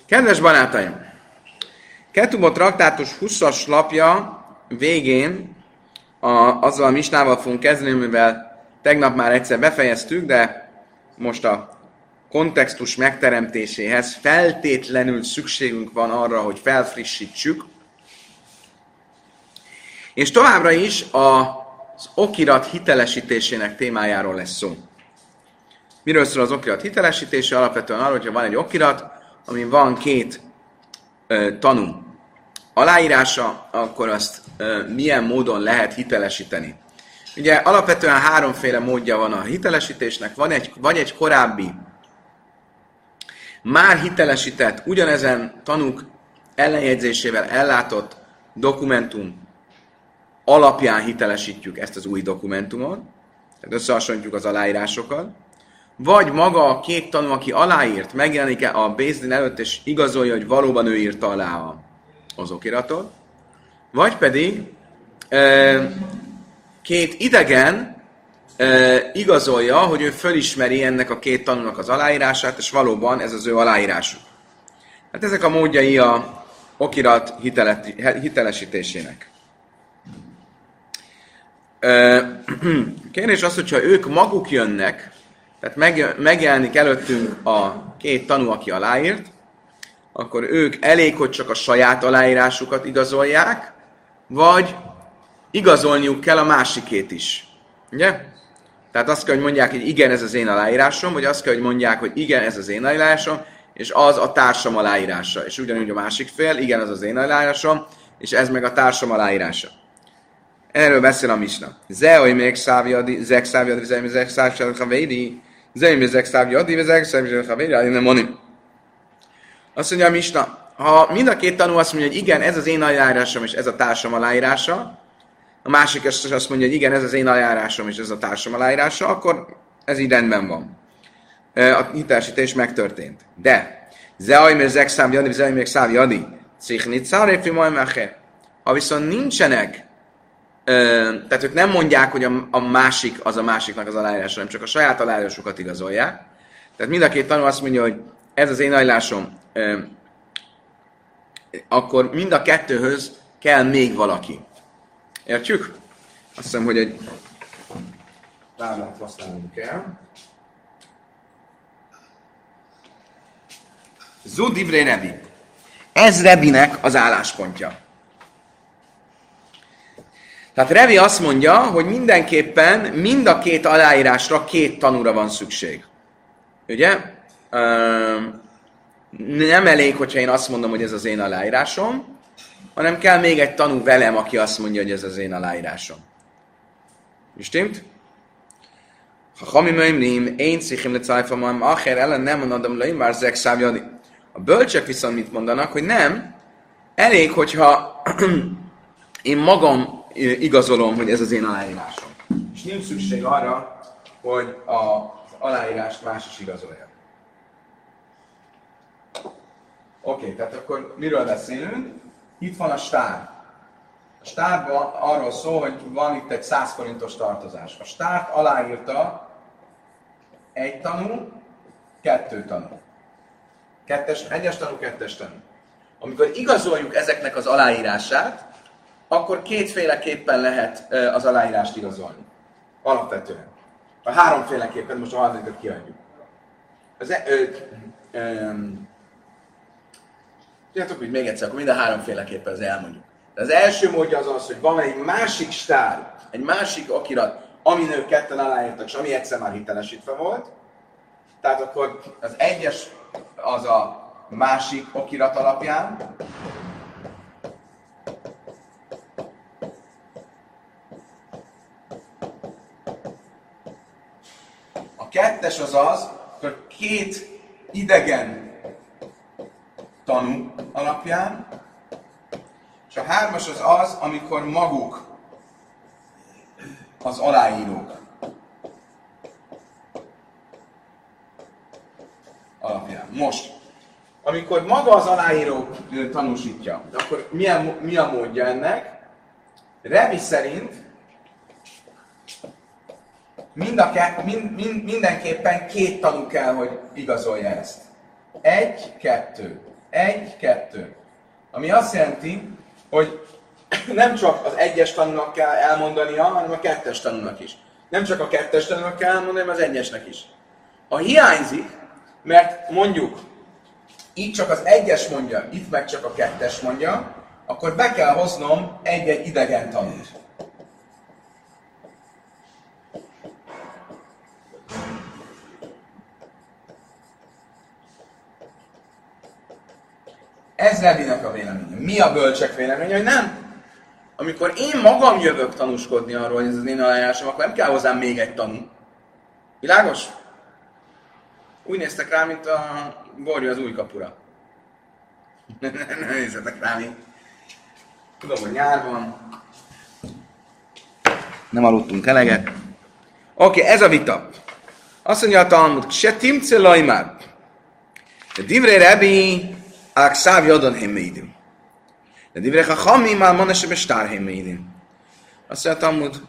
Kedves barátaim! Ketubot traktátus 20-as lapja végén azzal a misnával fogunk kezdeni, mivel tegnap már egyszer befejeztük, de most a kontextus megteremtéséhez feltétlenül szükségünk van arra, hogy felfrissítsük. És továbbra is az okirat hitelesítésének témájáról lesz szó. Miről szól az okirat hitelesítése? Alapvetően arról, hogyha van egy okirat, amin van két tanú aláírása, akkor azt milyen módon lehet hitelesíteni. Ugye alapvetően háromféle módja van a hitelesítésnek, vagy egy korábbi, már hitelesített, ugyanezen tanúk ellenjegyzésével ellátott dokumentum alapján hitelesítjük ezt az új dokumentumot, tehát összehasonlítjuk az aláírásokat, vagy maga a két tanú, aki aláírt, megjelenik a Bézdin előtt, és igazolja, hogy valóban ő írta alá az okiratot, vagy pedig két idegen igazolja, hogy ő fölismeri ennek a két tanúnak az aláírását, és valóban ez az ő aláírásuk. Hát ezek a módjai a okirat hitelesítésének. Kérdés az, hogyha ők maguk jönnek, tehát megjelenik előttünk a két tanú, aki aláírt, akkor ők elég, hogy csak a saját aláírásukat igazolják, vagy igazolniuk kell a másikét is. Ugye? Tehát azt kell, hogy mondják, hogy igen, ez az én aláírásom, vagy azt kell, hogy mondják, hogy igen, ez az én aláírásom, és az a társam aláírása. És ugyanúgy a másik fél, igen, az az én aláírásom, és ez meg a társam aláírása. Erről beszél a misna. Zeoj még szávjadi, zek szávjadi, zek szávjadi, havédi, zek szávjadi, zek szávjadi, havédi, nem mondani. Azt mondja a misna, ha mind a két tanú azt mondja, hogy igen, ez az én aláírásom, és ez a társam aláírása, a másik azt mondja, hogy igen, ez az én aláírásom, és ez a társam aláírása, akkor ez így rendben van. A hitelesítés megtörtént. De, zeoj még zek szávjadi, zeoj még szávjadi, cichnit száréfi majd meche. Ha viszont nincsenek, tehát ők nem mondják, hogy a másik az a másiknak az aláírása, hanem csak a saját aláírásukat igazolják. Tehát mind a két tanú azt mondja, hogy ez az én aláírásom, akkor mind a kettőhöz kell még valaki. Értjük? Azt hiszem, hogy egy táblát használnunk kell. Zudivré Rebi. Ez Rebinek az álláspontja. Tehát Revi azt mondja, hogy mindenképpen mind a két aláírásra két tanúra van szükség. Ugye? Nem elég, hogyha én azt mondom, hogy ez az én aláírásom, hanem kell még egy tanú velem, aki azt mondja, hogy ez az én aláírásom. Stimmt? Ha hamimöimrim, én cichim lecájfamam, acher ellen nem mondom leim, már zek szávjadi. A bölcsek viszont mit mondanak, hogy nem, elég, hogyha én magam igazolom, hogy ez az én aláírásom. És nincs szükség arra, hogy az aláírást más is igazolja. Oké, tehát akkor miről beszélünk? Itt van a stár. A stárban arról szól, hogy van itt egy 100 forintos tartozás. A stárt aláírta egy tanú, kettő tanú. Egyes tanú, kettes tanú. Amikor igazoljuk ezeknek az aláírását, akkor kétféleképpen lehet az aláírást igazolni. Alapvetően. A háromféleképpen, most a harmadikat kiadjuk. Tudjátok, hogy még egyszer, akkor mind a háromféleképpen az elmondjuk. De az első módja az, hogy van egy másik stár, egy másik okirat, amin ők ketten aláírtak, és ami egyszer már hitelesítve volt. Tehát akkor az egyes az a másik okirat alapján, a kettes az, akkor két idegen tanú alapján, és a hármas az, amikor maguk az aláírók alapján. Most, amikor maga az aláíró tanúsítja, akkor mi a módja ennek? Revi szerint mindenképpen két tanú kell, hogy igazolja ezt. 1, 2. 1, 2. Ami azt jelenti, hogy nem csak az egyes tanúnak kell elmondania, hanem a kettes tanúnak is. Nem csak a kettes tanúnak kell elmondani, hanem az egyesnek is. Ha hiányzik, mert mondjuk így csak az egyes mondja, itt meg csak a kettes mondja, akkor be kell hoznom egy-egy idegen tanút. Ez Rebinek a véleménye. Mi a bölcsek véleménye, hogy nem? Amikor én magam jövök tanúskodni arról, hogy ez az én aláírásom, akkor nem kell hozzám még egy tanú. Világos? Úgy néztek rá, mint a borja az új kapura. Nem nézzetek rá, mint. Tudom, hogy nyár van. Nem aludtunk eleget. Oké, ez a vita. Azt mondja a Talmud, se timce lajmár. De divrei Rebi, ák száv jadon hémméidim. De divrei chachamim, már manesebe stár hémméidim. Azt mondja a Talmud,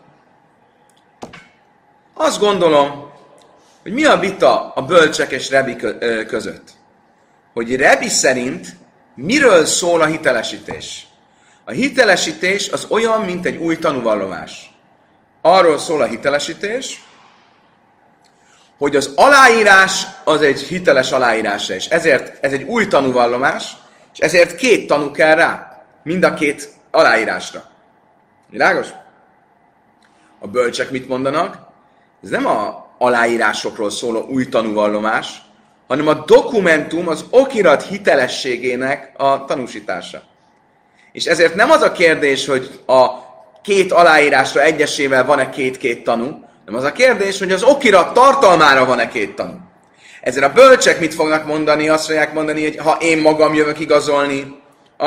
azt gondolom, hogy mi a vita a bölcsek és Rebi között. Hogy Rebi szerint miről szól a hitelesítés? A hitelesítés az olyan, mint egy új tanúvallomás. Arról szól a hitelesítés, hogy az aláírás az egy hiteles aláírása, és ezért ez egy új tanúvallomás, és ezért 2 tanú kell rá, mind a 2 aláírásra. Világos? A bölcsek mit mondanak? Ez nem a aláírásokról szóló új tanúvallomás, hanem a dokumentum az okirat hitelességének a tanúsítása. És ezért nem az a kérdés, hogy a 2 aláírásra egyesével van-e 2 tanú, hanem az a kérdés, hogy az okirat tartalmára van-e 2 tanú. Ezért a bölcsek mit fognak mondani? Azt fogják mondani, hogy ha én magam jövök igazolni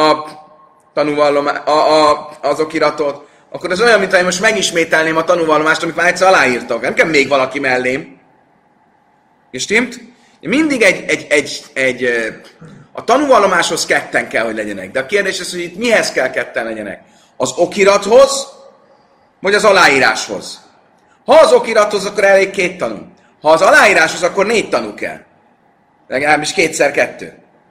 az okiratot, akkor az olyan, mintha én most megismételném a tanúvallomást, amit már egyszer aláírtak. Nem kell még valaki mellém. És stimmt? Mindig a tanúvallomáshoz 2 kell, hogy legyenek. De a kérdés az, hogy itt mihez kell 2 legyenek? Az okirathoz, vagy az aláíráshoz? Ha az okirathoz, akkor elég 2 tanú. Ha az aláíráshoz, akkor 4 tanú kell. Legalábbis 2x2.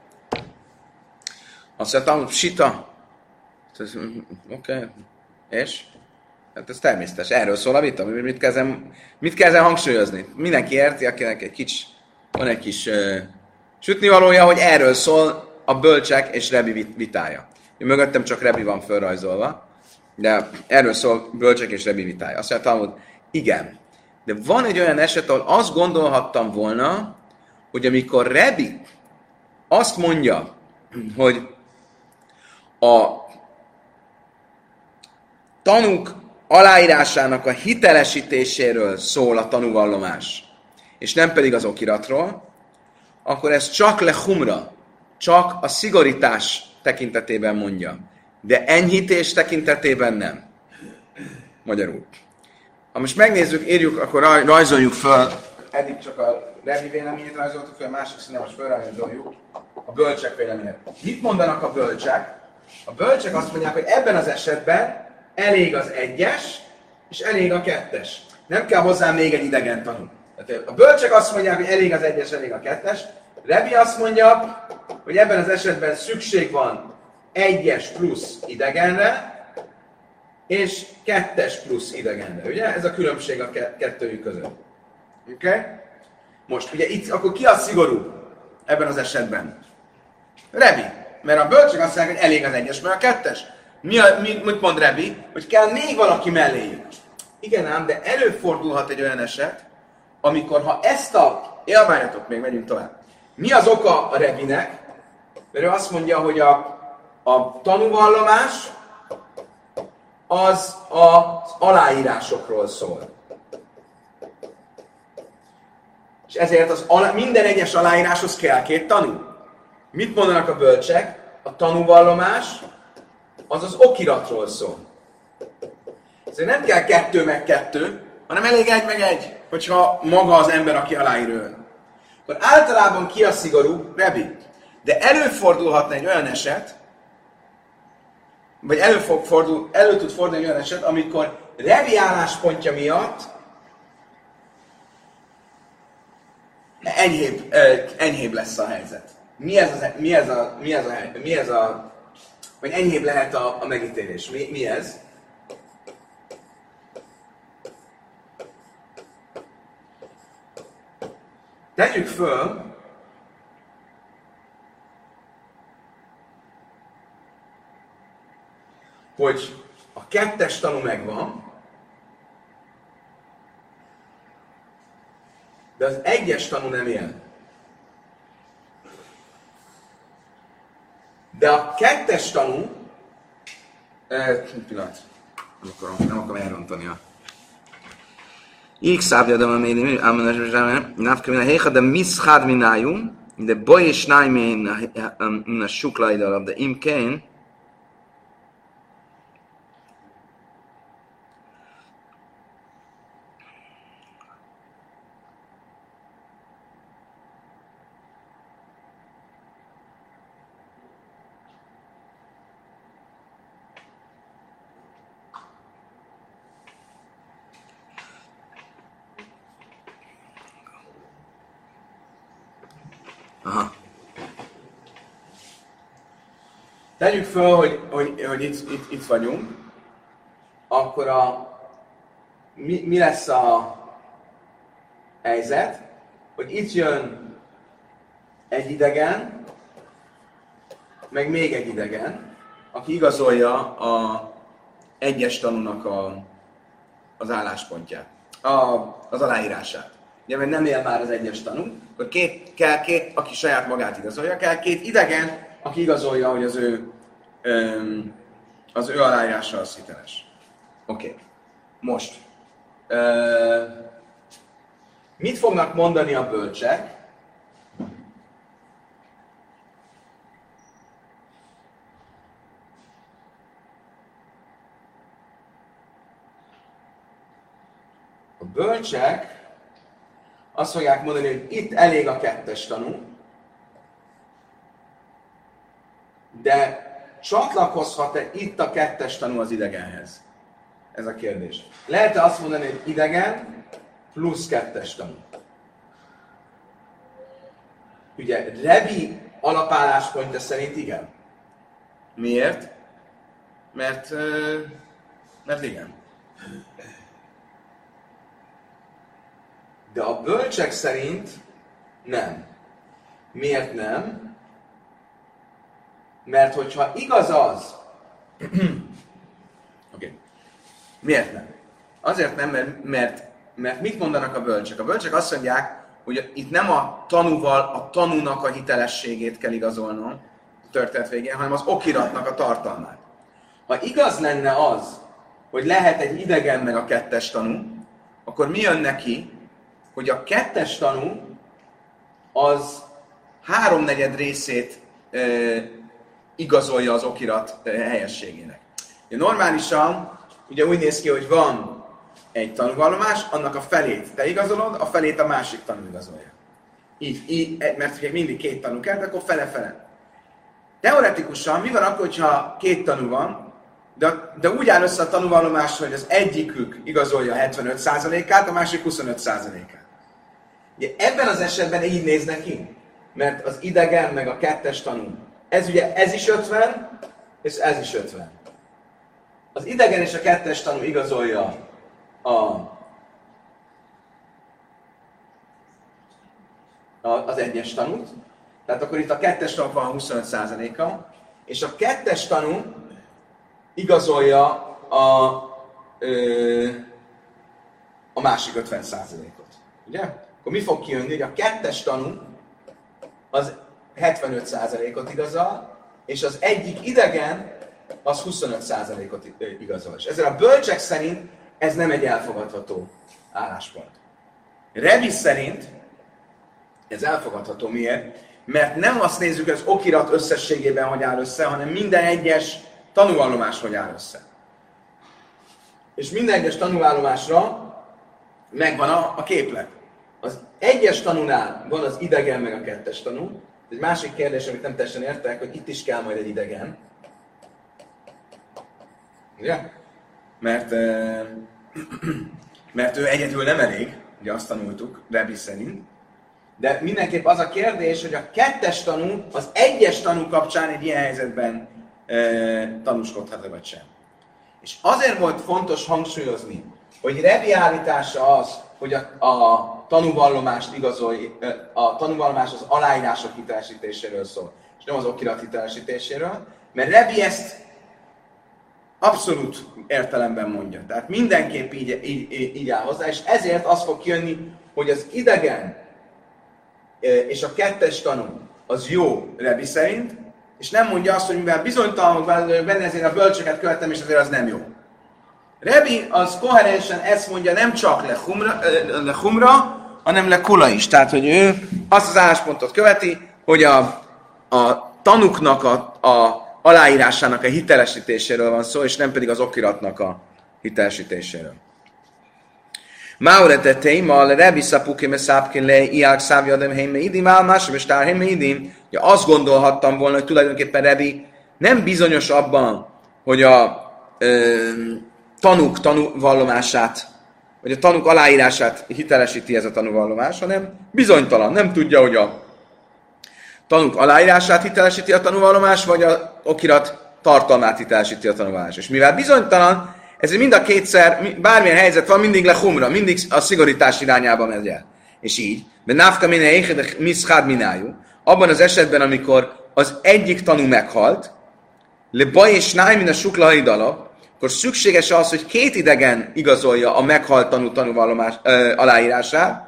Azt mondtam, sita. Oké. És? Hát ez természetes. Erről szól a vita. Mit kell ezen hangsúlyozni? Mindenki érti, akinek van egy kis sütnivalója, hogy erről szól a bölcsek és Rebi vitája. Mögöttem csak Rebi van fölrajzolva, de erről szól bölcsek és Rebi vitája. Azt mondja, hogy igen. De van egy olyan eset, ahol azt gondolhattam volna, hogy amikor Rebi azt mondja, hogy a tanúk aláírásának a hitelesítéséről szól a tanúvallomás, és nem pedig az okiratról, akkor ez csak lehumra, csak a szigorítás tekintetében mondja, de enyhítés tekintetében nem. Magyarul. Ha most megnézzük, írjuk, akkor rajzoljuk föl, eddig csak a Rebi véleményét rajzoltuk föl, a másik színen most fölrajzoljuk a bölcsek véleményét. Mit mondanak a bölcsek? A bölcsek azt mondják, hogy ebben az esetben elég az 1-es, és elég a 2-es. Nem kell hozzá még egy idegen tanú. A bölcsek azt mondják, hogy elég az 1-es, elég a 2-es. Rebi azt mondja, hogy ebben az esetben szükség van 1-es plusz idegenre, és 2-es plusz idegenre. Ugye? Ez a különbség a kettőjük között. Oké? Okay? Most, ugye itt akkor ki a szigorú ebben az esetben? Rebi. Mert a bölcsek azt mondják, hogy elég az 1-es, mert a 2-es. Mit mond Rebi? Hogy kell még valaki melléjük. Igen ám, de előfordulhat egy olyan eset, amikor ha ezt a élványatot még megyünk tovább. Mi az oka a Rebinek? Mert ő azt mondja, hogy a tanúvallomás az az aláírásokról szól. És ezért minden egyes aláíráshoz kell 2 tanú. Mit mondanak a bölcsek? A tanúvallomás az az okiratról szól. Ezért nem kell 2 meg 2, hanem elég 1 meg 1, hogyha maga az ember, aki aláír. Akkor általában ki a szigorú? Rebi. De előfordulhatna egy olyan eset, vagy elő tud fordulni egy olyan eset, amikor Rebi álláspontja miatt enyhébb lesz a helyzet. mi ez a vagy enyhébb lehet a megítélés. Mi ez? Tegyük föl, hogy a kettes tanú megvan, de az egyes tanú nem él. De a kettes tanú, pillanat, nem akarom elrontani a... X szávja, amely nafkamina héha, de miszhád minájum, de baj és nájmén a suklaidalap, de imkén, aha. Tegyük föl, hogy itt vagyunk, akkor mi lesz a helyzet, hogy itt jön egy idegen, meg még egy idegen, aki igazolja egyes tanúnak az álláspontját, az aláírását. Ugye, mert nem él már az egyes tanú, akkor kell két, aki saját magát igazolja, kell két idegen, aki igazolja, hogy az ő aláírása az hiteles. Oké. Most. Mit fognak mondani a bölcsek? A bölcsek azt fogják mondani, hogy itt elég a kettes tanú, de csatlakozhat-e itt a kettes tanú az idegenhez? Ez a kérdés. Lehet-e azt mondani, hogy idegen plusz kettes tanú? Ugye Rebi alapálláspontja szerint igen. Miért? Mert igen. De a bölcsek szerint nem. Miért nem? Mert hogyha igaz az... Oké. Miért nem? Azért nem, mert mit mondanak a bölcsek? A bölcsek azt mondják, hogy itt nem a tanúval, a tanúnak a hitelességét kell igazolnom a történet végén, hanem az okiratnak a tartalmát. Ha igaz lenne az, hogy lehet egy idegen meg a kettes tanú, akkor mi jön neki, hogy a kettes tanú az 3/4 részét igazolja az okirat helyességének. Normálisan ugye úgy néz ki, hogy van egy tanúvallomás, annak a felét te igazolod, a felét a másik tanú igazolja. Így, mert ugye mindig két tanú kell, de akkor fele-fele. Teoretikusan mi van akkor, hogyha két tanú van, de úgy áll össze a tanúvallomás, hogy az egyikük igazolja 75%-át, a másik 25%-át. Ugye ebben az esetben így néz neki, mert az idegen meg a kettes tanú. Ez is 50, és ez is 50. Az idegen és a kettes tanú igazolja az egyes tanút, tehát akkor itt a kettes tanúk van 25%-a, és a kettes tanú igazolja a másik 50%-ot. Ugye? Akkor mi fog kijönni, hogy a kettes tanú az 75%-ot igazol, és az egyik idegen az 25%-ot igazol. És ezzel a bölcsek szerint ez nem egy elfogadható álláspont. Rebi szerint ez elfogadható. Miért? Mert nem azt nézzük, hogy az okirat összességében hogy áll össze, hanem minden egyes tanúvallomás hogy áll össze. És minden egyes tanúvállomásra megvan a képlet. Az egyes tanúnál van az idegen meg a kettes tanú. Egy másik kérdés, amit nem teljesen értek, hogy itt is kell majd egy idegen. Ugye? Mert ő egyedül nem elég, ugye azt tanultuk, Rebi szerint. De mindenképp az a kérdés, hogy a kettes tanú az egyes tanú kapcsán egy ilyen helyzetben tanúskodhat-e vagy sem. És azért volt fontos hangsúlyozni, hogy Rebi állítása az, hogy a tanúvallomást a tanúvallomás az aláírások hitelesítéséről szól, és nem az okirat hitelesítéséről, mert Rebi ezt abszolút értelemben mondja. Tehát mindenképp így áll hozzá, és ezért az fog kijönni, hogy az idegen és a kettes tanú az jó Rebi szerint, és nem mondja azt, hogy mivel bizonytalanok benne, ezért a bölcsöket követtem, és azért az nem jó. Rebi az koherensen ezt mondja nem csak le humra, hanem le kula is. Tehát, hogy ő azt az álláspontot követi, hogy a tanuknak a aláírásának a hitelesítéséről van szó, és nem pedig az okiratnak a hitelesítéséről. Maurete téma, Rebi szapuki me szápkin le, iák szávjadem helyme idim, álmásra és tár helyme idim. Azt gondolhattam volna, hogy tulajdonképpen Rebi nem bizonyos abban, hogy a tanúvallomását, vagy a tanúk aláírását hitelesíti ez a tanúvallomás, hanem bizonytalan. Nem tudja, hogy a tanúk aláírását hitelesíti a tanúvallomás, vagy a okirat tartalmát hitelesíti a tanúvallomás. És mivel bizonytalan, ezért mind a kétszer, bármilyen helyzet van, mindig le humra, mindig a szigorítás irányába megy el. És így, de návka mine échedek miszkád minájú, abban az esetben, amikor az egyik tanú meghalt, le baj és nájmin a suklahai dalap, akkor szükséges az, hogy két idegen igazolja a meghalt tanúvallomás aláírását,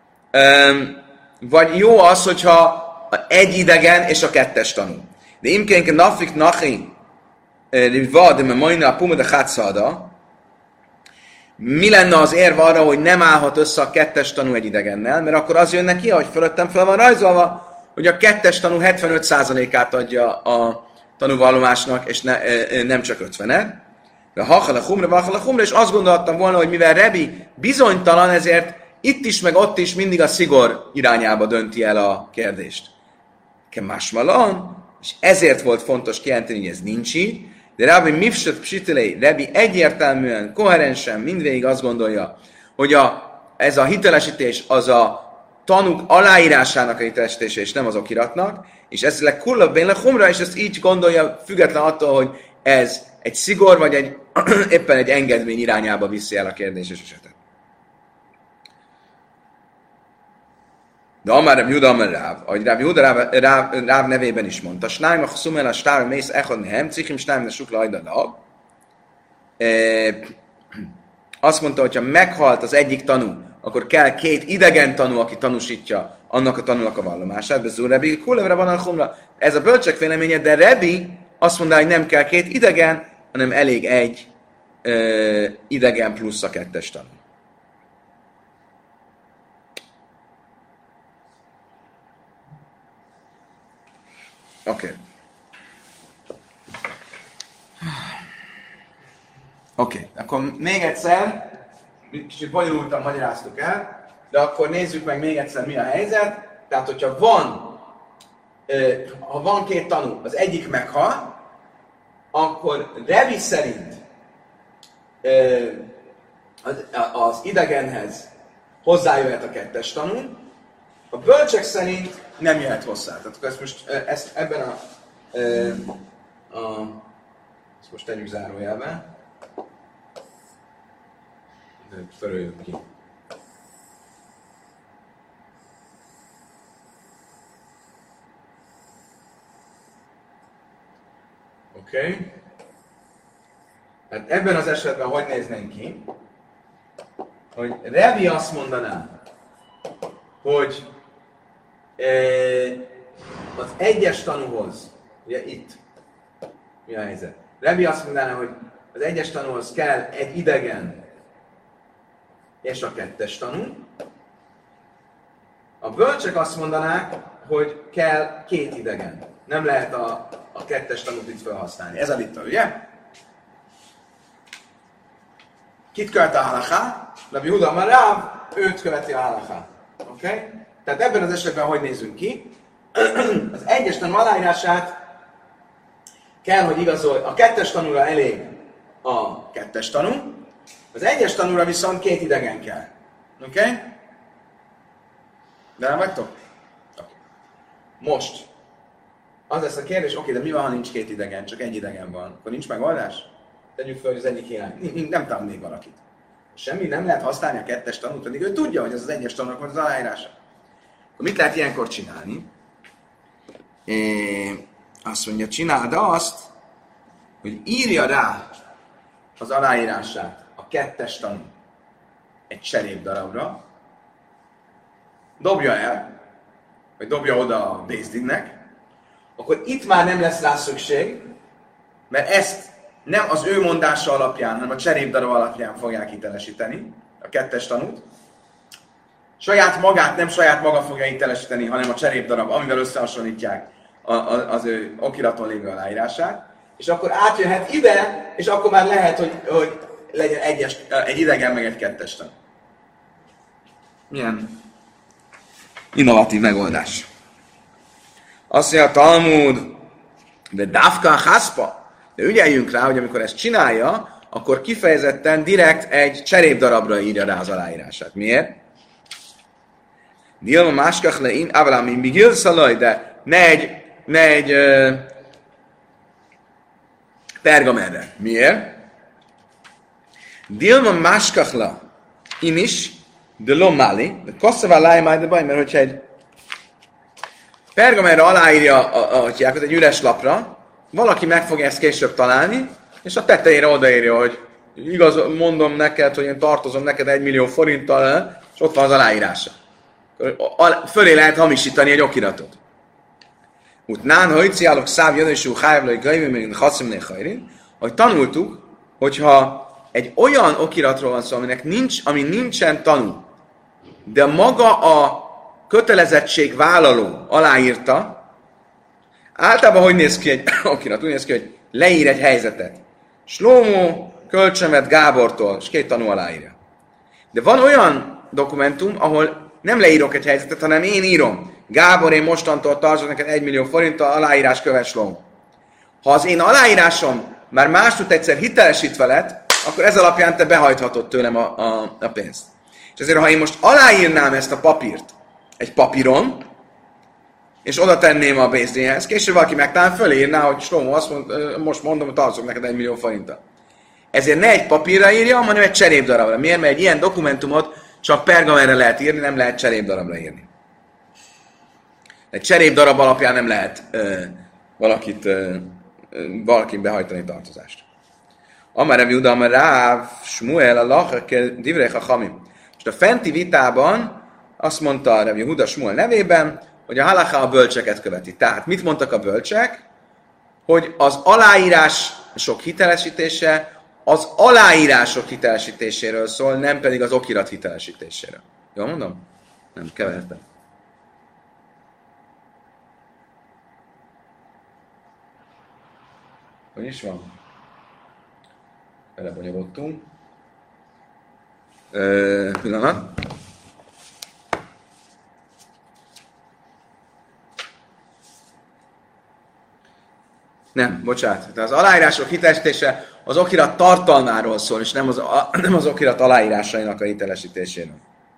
vagy jó az, hogyha egy idegen és a kettes tanú. De imkénke nafik nachi vad, mert majna a puma de hátszada, mi lenne az érv arra, hogy nem állhat össze a kettes tanú egy idegennel, mert akkor az jön neki, hogy fölöttem fel van rajzolva, hogy a kettes tanú 75%-át adja a tanúvallomásnak, és nem csak 50-et. De hachal a humra, és azt gondoltam volna, hogy mivel Rebi bizonytalan, ezért itt is, meg ott is mindig a szigor irányába dönti el a kérdést. Kemásmalan, és ezért volt fontos kijelenteni, hogy ez nincs így, de Rabbi Mifsut Psitelei, Rebi egyértelműen, koherensen mindvégig azt gondolja, hogy ez a hitelesítés az a tanúk aláírásának a hitelesítése, és nem az okiratnak, és ez le kullabb le humra, és ezt így gondolja, független attól, hogy ez egy szigor, vagy éppen egy engedmény irányába viszi el a kérdéses esetet. De Amár Rabbi Huda Amár Ráv, ahogy Rabbi Huda Ráv nevében is mondta, Snájm a szumel a stár mész echad nehem, cichim snájm a sukla ajdalag. Azt mondta, hogyha meghalt az egyik tanú, akkor kell két idegen tanú, aki tanúsítja annak a tanúnak a vallomását. Bezúr Rebi, kulevre van a humra. Ez a bölcsek véleménye, de Rebi azt mondta, hogy nem kell két idegen, hanem elég egy idegen plusz a kettes tanú. Oké, akkor még egyszer, kicsit bonyolultan magyaráztuk el, de akkor nézzük meg még egyszer, mi a helyzet. Tehát, hogyha ha van két tanú, az egyik meghal, akkor Rebi szerint az idegenhez hozzájöhet a kettes tanú, a bölcsek szerint nem jöhet hozzá. Tehát ezt ebben ezt most tegyük zárójelbe. Töröljük ki. Oké. Hát ebben az esetben hogy néznénk ki? Hogy Rebi azt mondaná, hogy az egyes tanúhoz, ugye itt, mi a helyzet? Rebi azt mondaná, hogy az egyes tanúhoz kell egy idegen és a kettes tanú. A bölcsek azt mondanák, hogy kell két idegen. Nem lehet a kettes tanút itt felhasználni. Ez a vita, ugye? Kit követ a halaká? Rabbi Huda Amar Ráv, őt követi a halaká. Okay? Tehát ebben az esetben hogy nézünk ki? Az egyes tanú aláírását kell, hogy igazolj. A kettes tanúra elég a kettes tanú, az egyes tanúra viszont két idegen kell. Oké? De nem vagytok? Okay. Most. Az lesz a kérdés, oké, de mi van, ha nincs két idegen, csak egy idegen van? Akkor nincs megoldás? Tegyük fel, hogy az egyik hiány. Nem tanulnék valakit. Semmi nem lehet használni a kettes tanút, pedig ő tudja, hogy ez az egyes tanúnak van az aláírása. Akkor mit lehet ilyenkor csinálni? Azt mondja, csináld azt, hogy írja rá az aláírását a kettes tanú egy cserépdarabra, dobja el, vagy dobja oda a Bézdinnek, akkor itt már nem lesz rá szükség, mert ezt nem az ő mondása alapján, hanem a cserépdarab alapján fogják hitelesíteni, a kettes tanút. Saját magát nem saját maga fogja hitelesíteni, hanem a cserépdarab, amivel összehasonlítják az ő okiraton lévő aláírását. És akkor átjöhet ide, és akkor már lehet, hogy legyen egy idegen, meg egy kettes tanú. Milyen innovatív megoldás. Azt mondja a Talmud, de dafka haszpa, de ügyeljünk rá, hogy amikor ezt csinálja, akkor kifejezetten direkt egy cserépdarabra írja rá az aláírását. Miért? Dilma máskach lein, avalámi migil szalaj, de ne egy pergamentre. Miért? Dilma máskachla inis, de lomáli, de kasszavá lájmáj, de baj, mert hogyha egy pergamentre aláírja egy üres lapra, valaki meg fogja ezt később találni, és a tetejére odaírja, hogy igaz, mondom neked, hogy én tartozom neked 1 millió forinttal, és ott van az aláírása. Fölé lehet hamisítani egy okiratot. Utnán, ha ciálok száv jönösú hájvlai gajvő, még haszimné hajrin, ahogy tanultuk, hogyha egy olyan okiratról van szó, ami nincsen tanú, de maga a kötelezettségvállaló aláírta, általában hogy néz ki egy okirat? Úgy néz ki, hogy leír egy helyzetet. Slómó kölcsönvet Gábortól, és 2 tanú aláírja. De van olyan dokumentum, ahol nem leírok egy helyzetet, hanem én írom. Gábor, én mostantól tartozom neked 1 millió forinttal, aláírás követ Slómó. Ha az én aláírásom már másút egyszer hitelesítve lett, akkor ez alapján te behajthatod tőlem a pénzt. És ezért, ha én most aláírnám ezt a papírt egy papíron, és oda tenném a Bézdénhez, később valaki megtalán fölírná, hogy Slómó azt most mondom, hogy tartozom neked 1 millió forinttal. Ezért ne egy papírra írjam, hanem egy cserépdarabra. Miért? Mert egy ilyen dokumentumot csak pergamentre lehet írni, nem lehet cserépdarabra írni. Egy cserépdarab alapján nem lehet valakin behajtani tartozást. Amara Viuda, Amar Ráv, Smuel, a Lachake, Divrei Chachamim. És a fenti vitában azt mondta Rav Yehuda Smuel nevében, hogy a halacha a bölcseket követi. Tehát mit mondtak a bölcsek? Hogy az aláírások hitelesítése az aláírások hitelesítéséről szól, nem pedig az okirat hitelesítéséről. Jól mondom? Nem, kevertem. Hogy is van? Belebonyolódtunk. Pillanat. Nem, bocsánat. Tehát az aláírások hitelesítése az okirat tartalmáról szól, és nem az okirat aláírásainak a hitelesítéséről.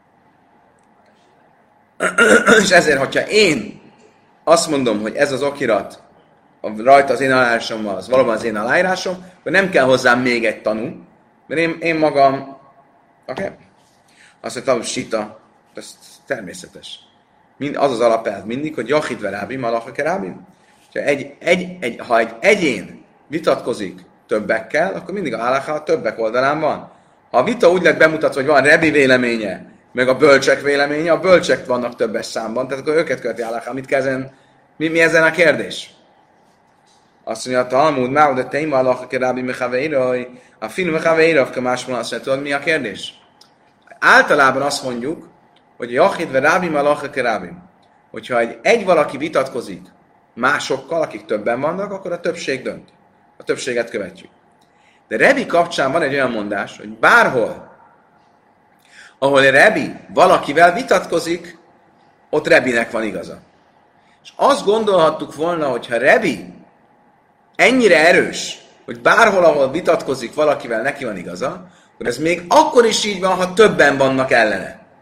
És ezért, hogyha én azt mondom, hogy ez az okirat rajta az én aláírásommal, az valóban az én aláírásom, akkor nem kell hozzám még egy tanú, mert én magam, oké? Azt mondtam, sita, ez természetes. Az alapelv mindig, hogy jachid verábim, alachake rábim. Ha egy egyén vitatkozik többekkel, akkor mindig a halacha a többek oldalán van. Ha a vita úgy lett bemutatva, hogy van Rebi véleménye, meg a bölcsek véleménye, a bölcsek vannak többes számban, tehát akkor őket követi a halacha. Mi ezen a kérdés? Azt mondja a Talmud, máu de teima alachake rábi mechaveiraj, a film mechaveiraj, másmódon azt mondja, tudod mi a kérdés? Általában azt mondjuk, hogy jachid verábim alachake rábim. Hogyha egy valaki vitatkozik másokkal, akik többen vannak, akkor a többség dönt. A többséget követjük. De Rebi kapcsán van egy olyan mondás, hogy bárhol, ahol Rebi valakivel vitatkozik, ott Rebinek van igaza. És azt gondolhattuk volna, hogy ha Rebi ennyire erős, hogy bárhol, ahol vitatkozik valakivel, neki van igaza, akkor ez még akkor is így van, ha többen vannak ellene.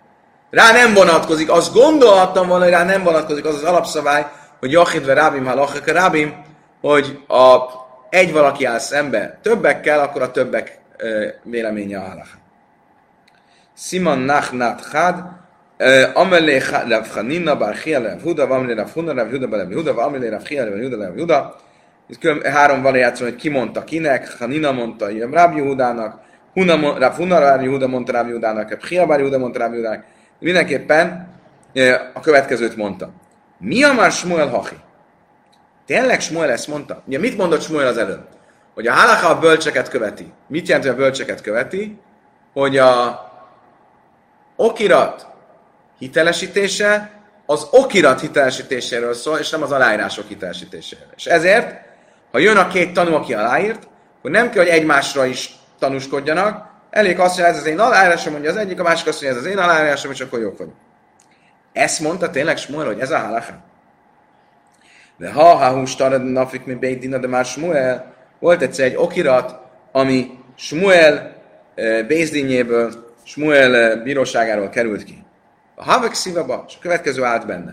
rá nem vonatkozik, azt gondolhattam volna, hogy rá nem vonatkozik az az alapszabály, hogy Jachidve Rábim, Halachaka Rábim, hogy egy valaki áll szembe többekkel, akkor a többek véleménye a halach. Simon Nachnat Chad, Amelé Rav Chanina, Bar Chia Rav Huda, Amelé Rav Huna, Rav Huda, Rav Huda, Amelé Rav Chia, Rav Huda, Rav Huda. Itt három variáció, hogy ki mondta kinek, Chanina mondta Rav Yehudának, Rav Huna, Rav Yehuda mondta Rav Yehudának, Rav Chia Bar Yehuda mondta Rav Yehudának. Mindenképpen a következőt mondta. Mi a már Shmuel Hachi? Tényleg Shmuel ezt mondta? Ugye mit mondott Shmuel az előbb? Hogy a halacha a bölcseket követi. Mit jelent, hogy a bölcseket követi? Hogy a okirat hitelesítése az okirat hitelesítéséről szól, és nem az aláírások hitelesítéséről. És ezért, ha jön a két tanú, aki aláírt, akkor nem kell, hogy egymásra is tanúskodjanak, elég azt, hogy ez az én aláírásom, mondja az egyik, a másik azt, hogy ez az én aláírásom, és akkor jók vagyunk. Ezt mondta tényleg Shmuel, hogy ez a halacha. De ha hús tarad nafik mi Beidina, de már Shmuel, volt egyszer egy okirat, ami Shmuel Bézdinjéből, Shmuel bíróságáról került ki. A Havek szívaba, és a következő állt benne.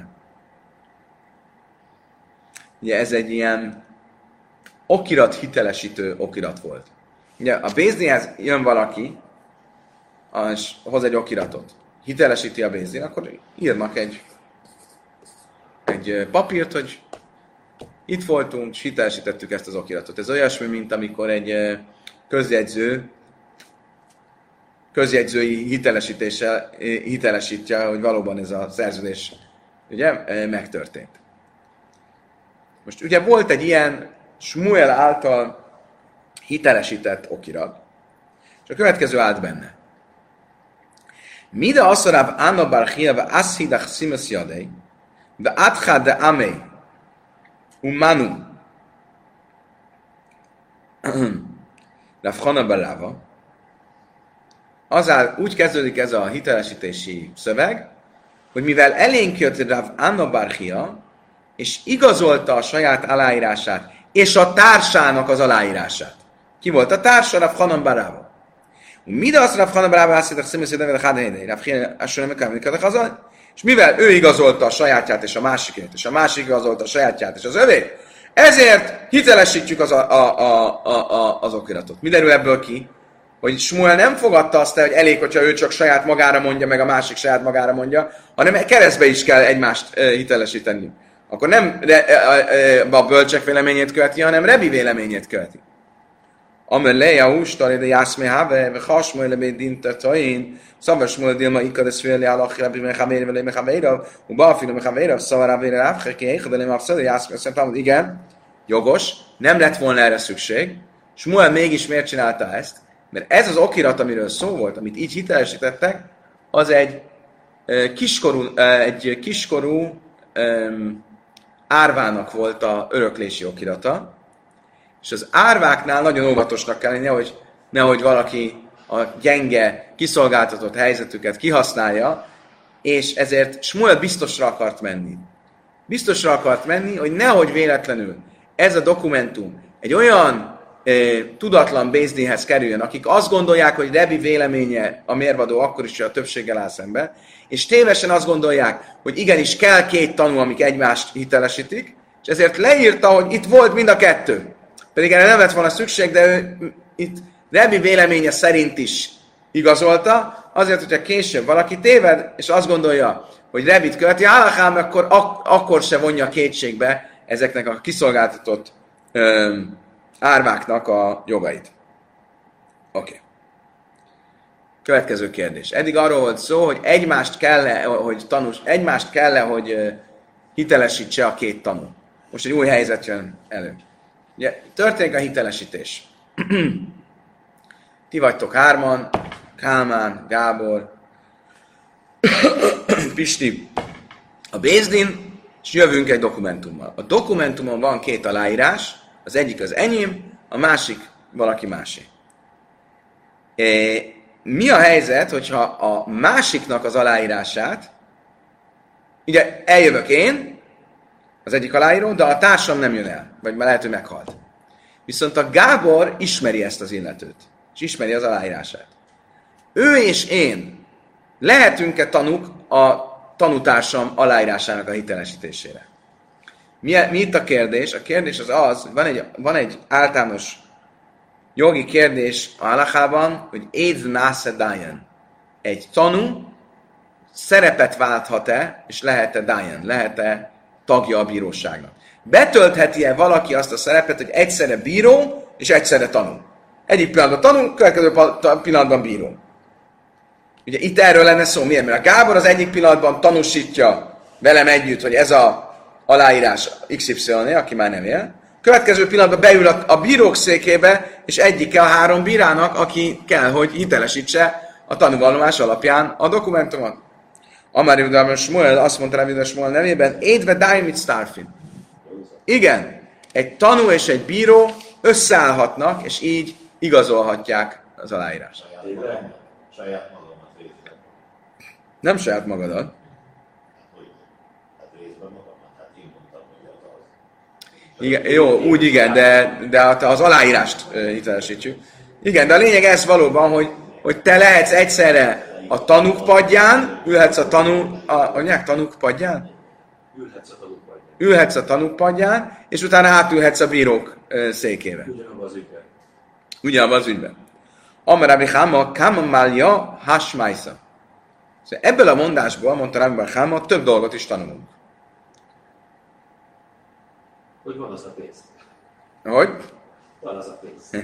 Ugye ez egy ilyen okirat hitelesítő okirat volt. Ugye a Bézdinhez jön valaki, és hoz egy okiratot. Hitelesíti a Bézdin, akkor írnak egy papírt, hogy itt voltunk, és hitelesítettük ezt az okiratot. Ez olyasmi, mint amikor egy közjegyzői hitelesítéssel hitelesítje, hogy valóban ez a szerződés ugye, megtörtént. Most ugye volt egy ilyen Shmuel által hitelesített okirat, és a következő állt benne. Mida asszarav Anna bar Chia ve Ashidach Simas Yadei ve Atcha de Amei Umanu Rav Chana bar Rava. Úgy kezdődik ez a hitelesítési szöveg, hogy mivel elénk jött Rav Anna bar Chia, és igazolta a saját aláírását, és a társának az aláírását. Ki volt a társa? Rav Chana bar Rava. Mida az Rav Chana bar Rava Ashidach Simas Yadei ve Chadhedei Rav Chia Asher Mekavnik Hazal. És mivel ő igazolta a sajátját és a másikét, és a másik igazolta a sajátját és az övét, ezért hitelesítjük az okiratot. Mi derül ebből ki? Hogy Shmuel nem fogadta azt el, hogy elég, hogyha ő csak saját magára mondja, meg a másik saját magára mondja, hanem keresztbe is kell egymást hitelesíteni. Akkor nem a bölcsek véleményét követi, hanem Rebi véleményét követi. Amelé a hústal, de jászmé have, ve hasmó le dintatain, szavas Shmuel dilma ikades féli alach Rebi mechamér vele mechamérav, ubalfinu mechamérav, szavara vére ráfhe, ki éjjel, de nem abszolút, jászmé, azt igen, jogos, nem lett volna erre szükség. Shmuel mégis miért csinálta ezt? Mert ez az okirat, amiről szó volt, amit így hitelesítettek, az egy kiskorú árvának volt a öröklési okirata, és az árváknál nagyon óvatosnak kell lenni, nehogy valaki a gyenge, kiszolgáltatott helyzetüket kihasználja, és ezért Shmuel biztosra akart menni. Biztosra akart menni, hogy nehogy véletlenül ez a dokumentum egy olyan tudatlan Bézdinhez kerüljön, akik azt gondolják, hogy Rebi véleménye a mérvadó akkor is, hogy a többséggel áll szembe, és tévesen azt gondolják, hogy igenis kell két tanú, amik egymást hitelesítik, és ezért leírta, hogy itt volt mind a kettő. Pedig erre nem lett volna szükség, de ő itt Rebi véleménye szerint is igazolta, azért, hogyha később valaki téved, és azt gondolja, hogy Rebit követi a halachám, akkor se vonja kétségbe ezeknek a kiszolgáltatott árváknak a jogait. Oké. Következő kérdés. Eddig arról volt szó, hogy egymást kell-e, hogy hitelesítse a két tanú. Most egy új helyzet jön elő. Ugye, történik a hitelesítés. Ti vagytok hárman, Kálmán, Gábor, Pisti, a Bézdin, és jövünk egy dokumentummal. A dokumentumon van két aláírás, az egyik az enyém, a másik valaki másé. Mi a helyzet, hogyha a másiknak az aláírását, ugye eljövök én, az egyik aláíró, de a társam nem jön el, vagy már lehet, hogy meghalt. Viszont a Gábor ismeri ezt az illetőt, és ismeri az aláírását. Ő és én lehetünk-e tanúk a tanútársam aláírásának a hitelesítésére. Mi itt a kérdés? A kérdés az, hogy van egy általános jogi kérdés a halachában, hogy Eid Nase Dayan. Egy tanú szerepet válthat-e, és lehet-e Dayan, lehet-e tagja a bíróságnak. Betöltheti-e valaki azt a szerepet, hogy egyszerre bíró, és egyszerre tanú. Egyik pillanatban tanú, következő pillanatban bíró. Ugye itt erről lenne szó, miért? Mert a Gábor az egyik pillanatban tanúsítja velem együtt, hogy ez a aláírás XY-né, aki már nem él. Következő pillanatban beül a bírók székébe, és egyike a 3 bírának, aki kell, hogy hitelesítse a tanúvallomás alapján a dokumentumot. Amár Ivdalman Smuel azt mondta Ivdalman Smuel nevében, Édve Daimit Starfin. Igen, egy tanú és egy bíró összeállhatnak, és így igazolhatják az aláírást. Saját magamat részben. Nem saját magadat. Hát részben magamat, hát én mondtam, hogy az az. Igen, jó, úgy igen, de az aláírást hitelesítjük. Igen, de a lényeg ez valóban, hogy te lehetsz egyszerre a tanúk padján, ülhetsz a tanúk padján? Ülhetsz a tanúk. Ülhetsz a tanúk padján, és utána átülhetsz a bírók székébe. Ugyanabban az ügyben. Ugyanabban az ügyben. Amarabi Háma, Kamamália, Hasmájsza. Szóval ebből a mondásból, mondta Rabbi Háma, több dolgot is tanulunk. Hogy van az a pénz? Hogy? Van az a pénz.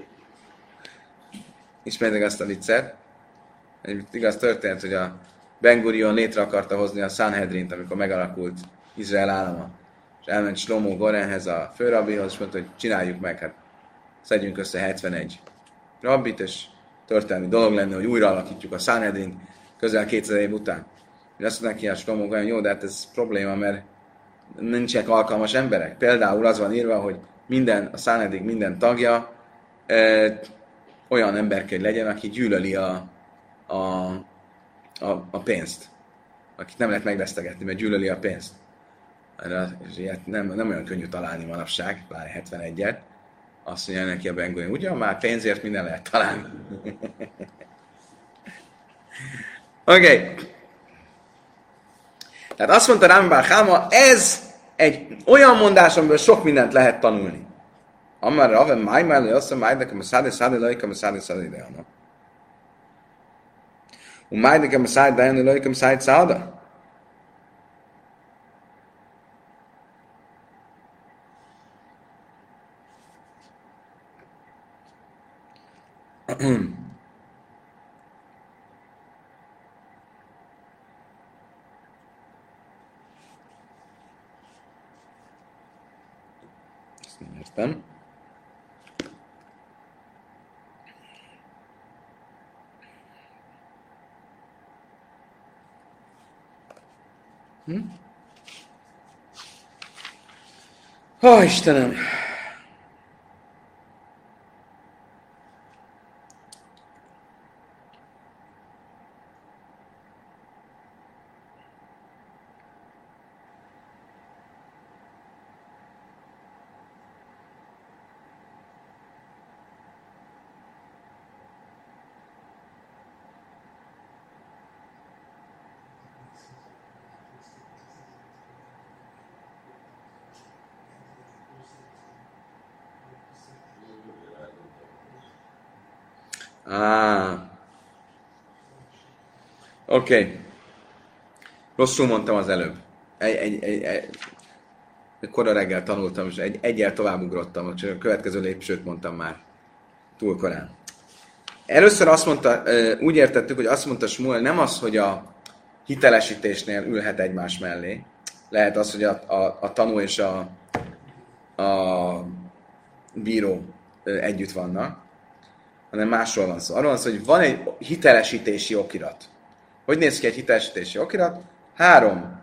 Ismerjük azt a viccet. Egy igaz történet, hogy a Ben Gurion létre akarta hozni a Sanhedrint, amikor megalakult Izrael állama. És elment Shlomo Gorenhez, a főrabbihoz, és mondta, hogy csináljuk meg, hát szedjünk össze 71 rabbit, és történelmi dolog lenne, hogy újra alakítjuk a Sanhedrint közel 2000 év után. És azt mondta neki a Shlomo Goren, jó, de hát ez probléma, mert nincsenek alkalmas emberek. Például az van írva, hogy a Sanhedrin minden tagja olyan ember kell legyen, aki gyűlöli a pénzt. Akit nem lehet megvesztegetni, mert gyűlöli a pénzt. És ilyet nem olyan könnyű találni manapság, pláne 71-et. Azt mondja neki a Ben Gurion, ugyan már pénzért minden lehet találni. Oké. Tehát azt mondta Rambam bar Chama, ez egy olyan mondás, amiből sok mindent lehet tanulni. Amár Rave májmállé azt mondja, májdekem a szádi lajkam a szádi ideának. Májdekem a szádi lajkam szádi száda. Ezt nem értem. Ó, Istenem! Oké. Rosszul mondtam az előbb. Kora reggel tanultam, és egyel továbbugrottam, csak a következő lépcsőt mondtam már túl korán. Először azt mondta, úgy értettük, hogy azt mondta Smuel, nem az, hogy a hitelesítésnél ülhet egymás mellé. Lehet az, hogy a tanú és a bíró együtt vannak, hanem másról van szó. Arról van szó, hogy van egy hitelesítési okirat. Hogy néz ki egy hitelesítési okirat? 3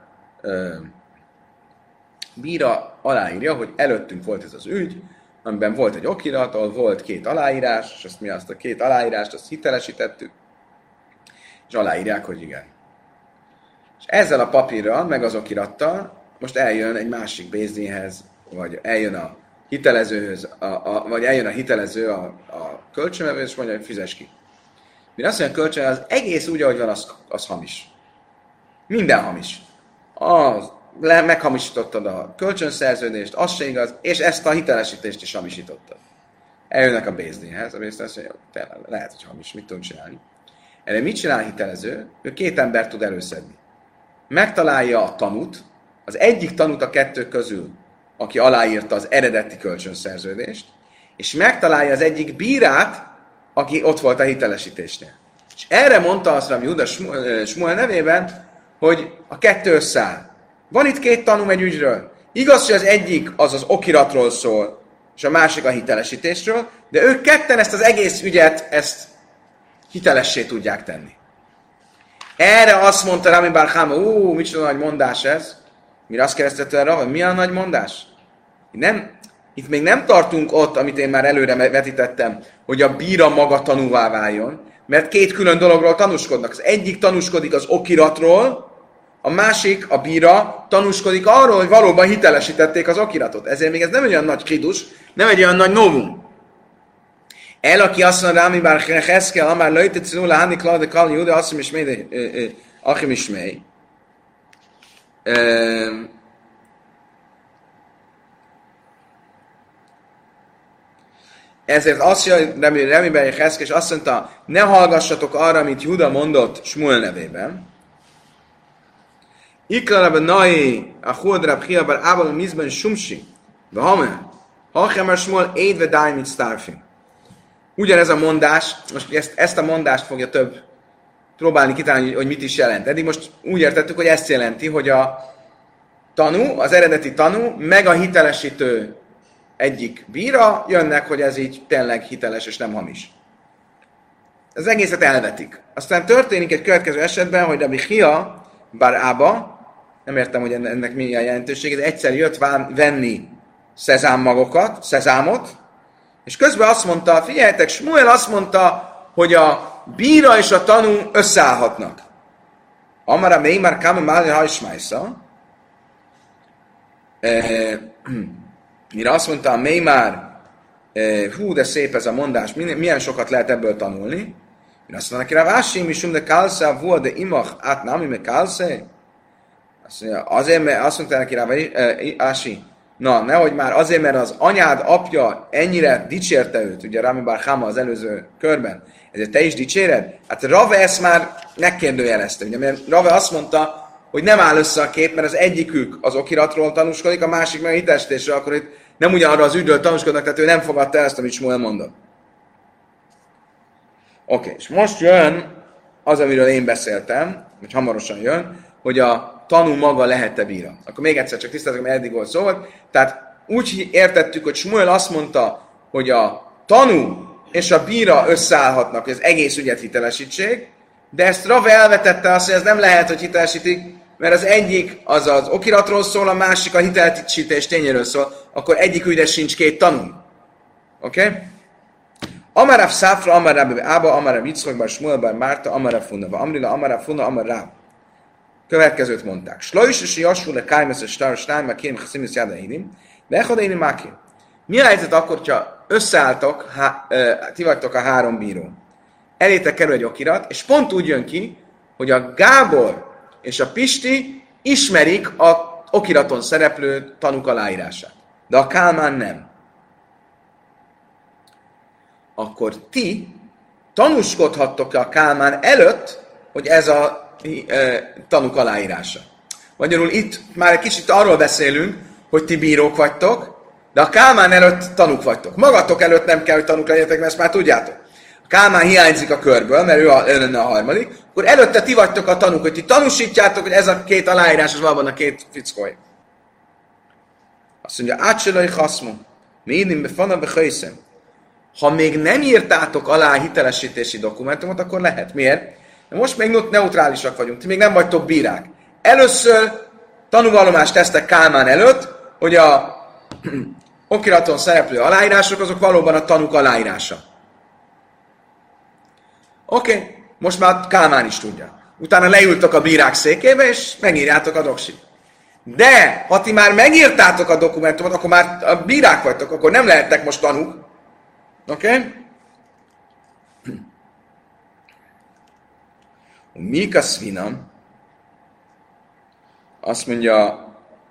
bíra aláírja, hogy előttünk volt ez az ügy, amiben volt egy okirat, ahol volt 2 aláírás, és azt mi azt a 2 aláírást azt hitelesítettük, és aláírják, hogy igen. És ezzel a papírral, meg az okirattal most eljön egy másik bézdénhez, vagy eljön a hitelezőhöz, vagy eljön a hitelező a kölcsönvevőhöz, és mondja, hogy fizes ki. Mire azt mondja, a kölcsön, az egész úgy, ahogy van, az hamis. Minden hamis. Meghamisítottad a kölcsönszerződést, az se igaz, és ezt a hitelesítést is hamisítottad. Eljönnek a Bézdénhez, a Bézdén azt mondja, lehet, hogy hamis, mit tudunk csinálni. Erre mit csinál a hitelező? Ő 2 embert tud előszedni. Megtalálja a tanút, az egyik tanút a 2 közül, aki aláírta az eredeti kölcsönszerződést, és megtalálja az egyik bírát, aki ott volt a hitelesítésnél. És erre mondta azt Rabbi Huda Smuel nevében, hogy a 2 összeáll. Van itt 2 tanú egy ügyről. Igaz, hogy az egyik az okiratról szól, és a másik a hitelesítésről, de ők ketten ezt az egész ügyet, ezt hitelessé tudják tenni. Erre azt mondta Rami bar Chama, micsoda nagy mondás ez. Mire azt kérdezte tőle, hogy mi a nagy mondás? Itt még nem tartunk ott, amit én már előre vetítettem, hogy a bíra maga tanúvá váljon, mert 2 külön dologról tanúskodnak. Az egyik tanúskodik az okiratról, a másik, a bíra tanúskodik arról, hogy valóban hitelesítették az okiratot. Ezért még ez nem egy olyan nagy kidus, nem egy olyan nagy novum. El, aki azt mondja, Rami bar Cheskel, amár lejtett színul, lehánik lade kal, Júda, azt mondja, ismét, achim ismét. Ezért azt mondja, Rami bar Cheskel, és azt mondta, ne hallgassatok arra, amit Júda mondott Smuel nevében. Iklarab nai a Huadrab Chiabar Ábal Mizben Sumsi, Vahame, Hachemar Smuel Édve Dájmit Starfi. Ugyanez a mondás, most ezt a mondást fogja több próbálni kitalálni, hogy mit is jelent. Eddig most úgy értettük, hogy ezt jelenti, hogy a tanú, az eredeti tanú, meg a hitelesítő egyik bíra jönnek, hogy ez így tényleg hiteles és nem hamis. Az egészet elvetik. Aztán történik egy következő esetben, hogy Rabbi Chia bar Ába, nem értem, hogy ennek mi a jelentősége, de egyszer jött venni szezámot, és közben azt mondta, figyeljetek, Smuel azt mondta, hogy a bíra és a tanú összeállhatnak. Amara Meimar Kame Máli Hajsmájsza. Mire azt mondta a Meimar, de szép ez a mondás, milyen sokat lehet ebből tanulni. Mire azt mondta neki, Rávási, misum de kálsza, vua de imach, át nami me kálsze. Azért, mert azt mondta neki Rávási, nehogy már azért, mert az anyád apja ennyire dicsérte őt, ugye Rami bar Chama az előző körben, ezért te is dicséred? Hát Rave ezt már megkérdőjelezte, ugye, mert Rave azt mondta, hogy nem áll össze a kép, mert az egyikük az okiratról tanúskodik, a másik meg a hitelesítésről, akkor itt nem ugyanarra az ügyről tanúskodnak, tehát ő nem fogadta el ezt, amit Smuel mondott. Oké, és most jön az, amiről én beszéltem, hogy hamarosan jön, hogy a tanú maga lehet-e bíra. Akkor még egyszer csak tisztázok, mert eddig volt szó volt. Tehát úgy értettük, hogy Smuel azt mondta, hogy a tanú és a bíra összeállhatnak, hogy az egész ügyet hitelesítsék, de ezt Rave elvetette azt, hogy ez nem lehet, hogy hitelesítik, mert az egyik az az okiratról szól, a másik a hitelesítés tényéről szól, akkor egyik ügyre sincs 2 tanú. Oké? Amarav Száfra, Amarav Ába, Amarav Yitzchak, Bar Smuel, Bar Márta, Amarav Funna, Amrila, Amarav Funna, Amarav. Következőt mondták. Slajus és Jasú le Kájmesz és Stárstány, meg kérem Chassimis Jádaidim, de Echodaini Máki. Mi a helyzet akkor, hogyha összeálltok, ti vagytok a 3 bíró. Elétek kerül egy okirat, és pont úgy jön ki, hogy a Gábor és a Pisti ismerik a okiraton szereplő tanúk aláírását. De a Kálmán nem. Akkor ti tanúskodhattok a Kálmán előtt, hogy ez a tanúk aláírása. Magyarul itt már egy kicsit arról beszélünk, hogy ti bírók vagytok, de a Kálmán előtt tanúk vagytok. Magatok előtt nem kell, hogy tanúk legyetek, mert ezt már tudjátok. A Kálmán hiányzik a körből, mert ő lenne a harmadik, akkor előtte ti vagytok a tanúk, hogy ti tanúsítjátok, hogy ez a 2 aláírás, az valóban a 2 fickói. Azt mondja, átselai haszmu, médim befana behelyszem. Ha még nem írtátok alá a hitelesítési dokumentumot, akkor lehet. Miért? De most még neutrálisak vagyunk, ti még nem vagytok bírák. Először tanúvallomást tesztek Kálmán előtt, hogy a okiraton szereplő aláírások, azok valóban a tanúk aláírása. Oké, most már Kálmán is tudja. Utána leültök a bírák székébe, és megírjátok a doksit. De, ha ti már megírtátok a dokumentumot, akkor már a bírák vagytok, akkor nem lehettek most tanúk. Oké? Mika szvinam, azt mondja,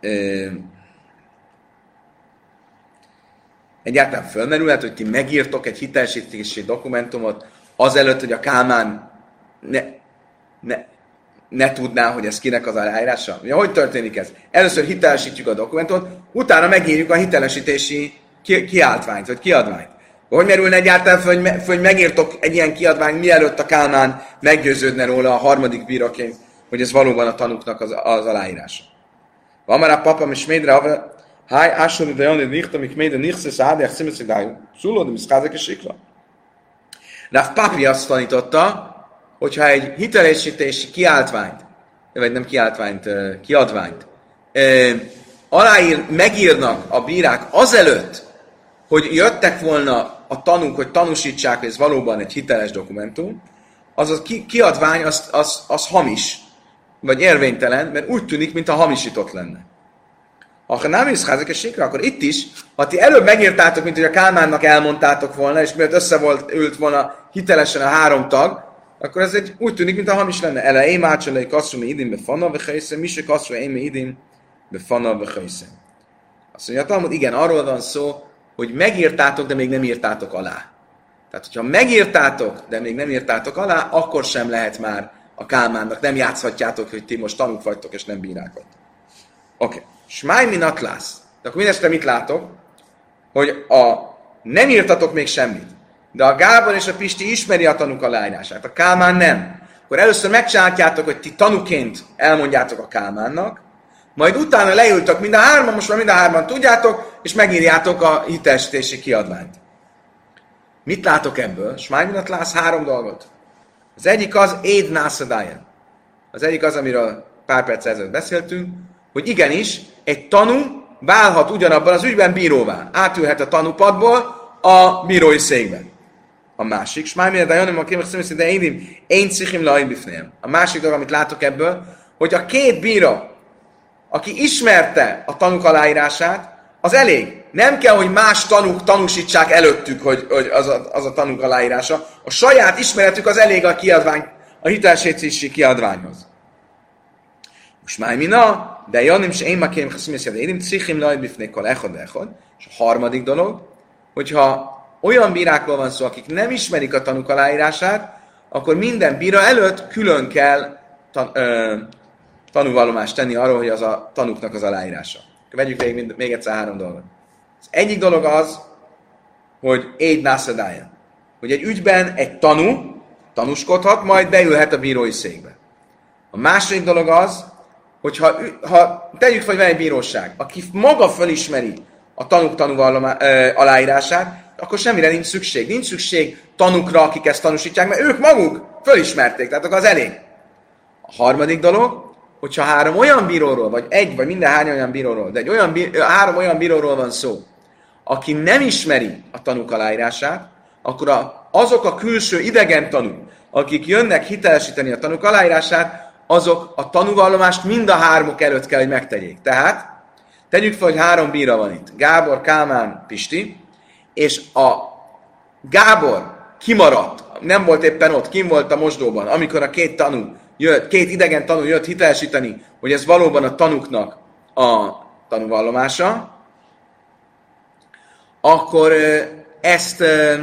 egyáltalán fölmerülhet, hogy ti megírtok egy hitelesítési dokumentumot azelőtt, hogy a Kálmán ne tudná, hogy ez kinek az aláírása? Ugye, hogy történik ez? Először hitelesítjük a dokumentumot, utána megírjuk a hitelesítési kiáltványt, vagy kiadványt. Hogy merülne egyáltalán föl, hogy megírtok egy ilyen kiadványt, mielőtt a Kálmán meggyőződne róla a harmadik bíraként, hogy ez valóban a tanúknak az aláírása. Van már a papam és médre, háj, ásol ide jönni, nichtam, ik médre nichsz, és ádják, szimeszik, dájú, szulod, és szkázak és sikla. Ráv Papi azt tanította, hogyha egy hitelesítési kiáltványt, vagy nem kiáltványt, kiadványt megírnak a bírák azelőtt, hogy jöttek volna a tanúk, hogy tanúsítsák, hogy ez valóban egy hiteles dokumentum, az a kiadvány az hamis, vagy érvénytelen, mert úgy tűnik, mintha hamisított lenne. Ha nem is házak és sikra, akkor itt is, ha ti előbb megírtátok, mint hogy a Kálmánnak elmondtátok volna, és mielőtt ült volna hitelesen a 3 tag, akkor ez úgy tűnik, mintha hamis lenne. Ele én mácsolai kasszumi idin befana vechajszem, mi se kasszumi én idin befana vechajszem. Azt mondja, a Talmud, igen, arról van szó, hogy megírtátok, de még nem írtátok alá. Tehát, hogyha megírtátok, de még nem írtátok alá, akkor sem lehet már a Kálmánnak, nem játszhatjátok, hogy ti most tanúk vagytok, és nem bírák vagytok. Oké. Smáj minat lász. De akkor mindesetre mit látok? Hogy nem írtatok még semmit, de a Gábor és a Pisti ismeri a tanúk aláírását, a Kálmán nem. Akkor először megcsináljátok, hogy ti tanúként elmondjátok a Kálmánnak, majd utána leültök mind a 3, most már mind a 3 tudjátok, és megírjátok a hitelesítési kiadványt. Mit látok ebből? Smáj minat lász 3 dolgot. Az egyik az Éd Nászadájen. Az egyik az, amiről pár perc ezelőtt beszéltünk, hogy igenis, egy tanú válhat ugyanabban az ügyben bíróvá. Átülhet a tanúpadból a bírói székbe. A másik, a másik dolog, amit látok ebből, hogy a 2 bíra, aki ismerte a tanúk aláírását, az elég. Nem kell, hogy más tanúk tanúsítsák előttük, hogy az a tanúk aláírása. A saját ismeretük az elég a kiadvány, a hitelesítési kiadványhoz. Most már mina, de Janim se én makém haszmész érim, cichim lajt bifnékkal echod. És a harmadik dolog, hogyha olyan bírákról van szó, akik nem ismerik a tanúk aláírását, akkor minden bíra előtt külön kell tanúvallomást tenni arról, hogy az a tanúknak az aláírása. Vegyük végig még egyszer 3 dolgot. Az egyik dolog az, hogy Éd Nászadájen. Hogy egy ügyben egy tanú tanúskodhat, majd beülhet a bírói székbe. A második dolog az, hogy ha tegyük fel, hogy van egy bíróság, aki maga felismeri a tanúk aláírását, akkor semmire nincs szükség. Nincs szükség tanúkra, akik ezt tanúsítják, mert ők maguk felismerték, tehát akkor az elég. A harmadik dolog, hogyha 3 olyan bíróról, vagy egy, vagy minden 3 olyan bíróról, de 3 olyan bíróról van szó, aki nem ismeri a tanúk aláírását, akkor azok a külső idegen tanúk, akik jönnek hitelesíteni a tanúk aláírását, azok a tanúvallomást mind a 3 előtt kell, hogy megtegyék. Tehát tegyük fel, hogy 3 bíra van itt. Gábor, Kálmán, Pisti, és a Gábor kimaradt, nem volt éppen ott, kim volt a mosdóban, amikor a 2 idegen tanú jött hitelesíteni, hogy ez valóban a tanúknak a tanúvallomása, akkor ezt